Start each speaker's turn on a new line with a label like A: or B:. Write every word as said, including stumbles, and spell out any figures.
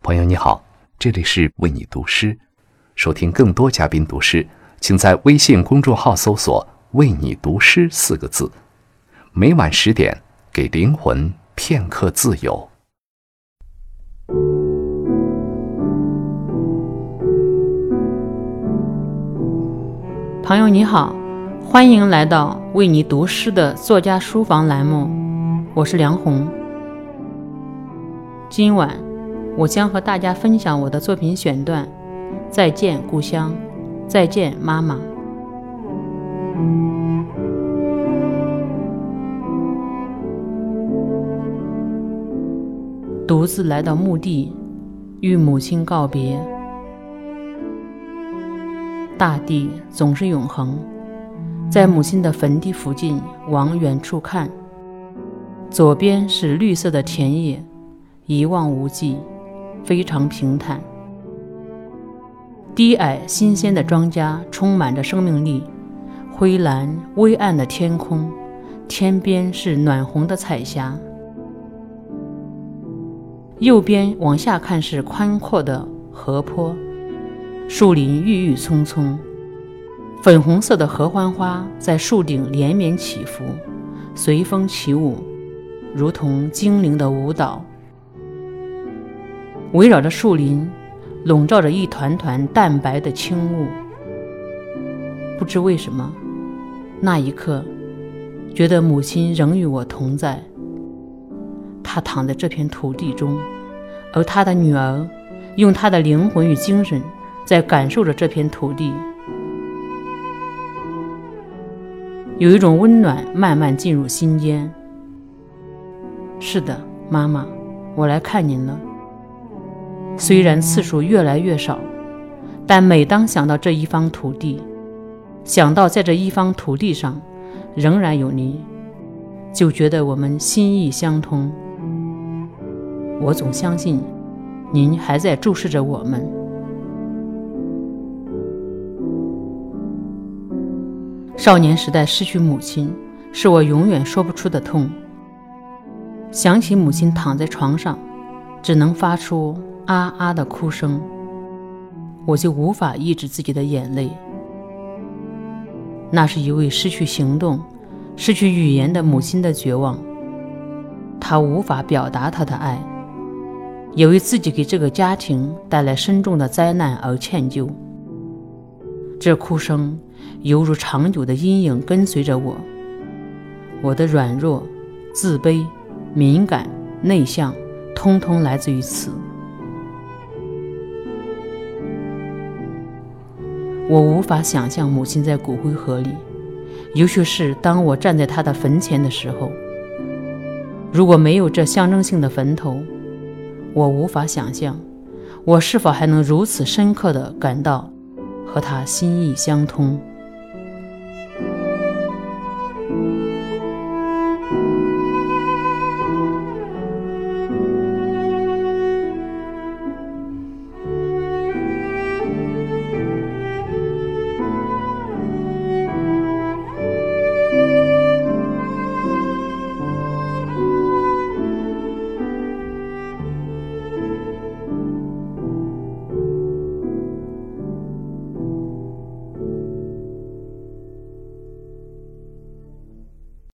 A: 朋友你好，这里是为你读诗。收听更多嘉宾读诗，请在微信公众号搜索为你读诗四个字。每晚十点，给灵魂片刻自由。
B: 朋友你好，欢迎来到为你读诗的作家书房栏目，我是梁红。今晚我将和大家分享我的作品选段：再见故乡，再见妈妈。独自来到墓地，与母亲告别。大地总是永恒，在母亲的坟地附近往远处看，左边是绿色的田野，一望无际，非常平坦。低矮新鲜的庄稼充满着生命力，灰蓝微暗的天空，天边是暖红的彩霞。右边往下看是宽阔的河坡，树林郁郁葱葱，粉红色的合欢花在树顶连绵起伏，随风起舞，如同精灵的舞蹈。围绕着树林，笼罩着一团团淡白的轻雾。不知为什么，那一刻觉得母亲仍与我同在。她躺在这片土地中，而她的女儿用她的灵魂与精神在感受着这片土地。有一种温暖慢慢进入心间。是的，妈妈，我来看您了。虽然次数越来越少，但每当想到这一方土地，想到在这一方土地上仍然有您，就觉得我们心意相通。我总相信您还在注视着我们。少年时代失去母亲，是我永远说不出的痛。想起母亲躺在床上，只能发出啊啊的哭声，我就无法抑制自己的眼泪。那是一位失去行动、失去语言的母亲的绝望。她无法表达她的爱，也为自己给这个家庭带来深重的灾难而歉疚。这哭声犹如长久的阴影跟随着我，我的软弱、自卑、敏感、内向，通通来自于此。我无法想象母亲在骨灰盒里，尤其是当我站在她的坟前的时候。如果没有这象征性的坟头，我无法想象我是否还能如此深刻地感到和她心意相通。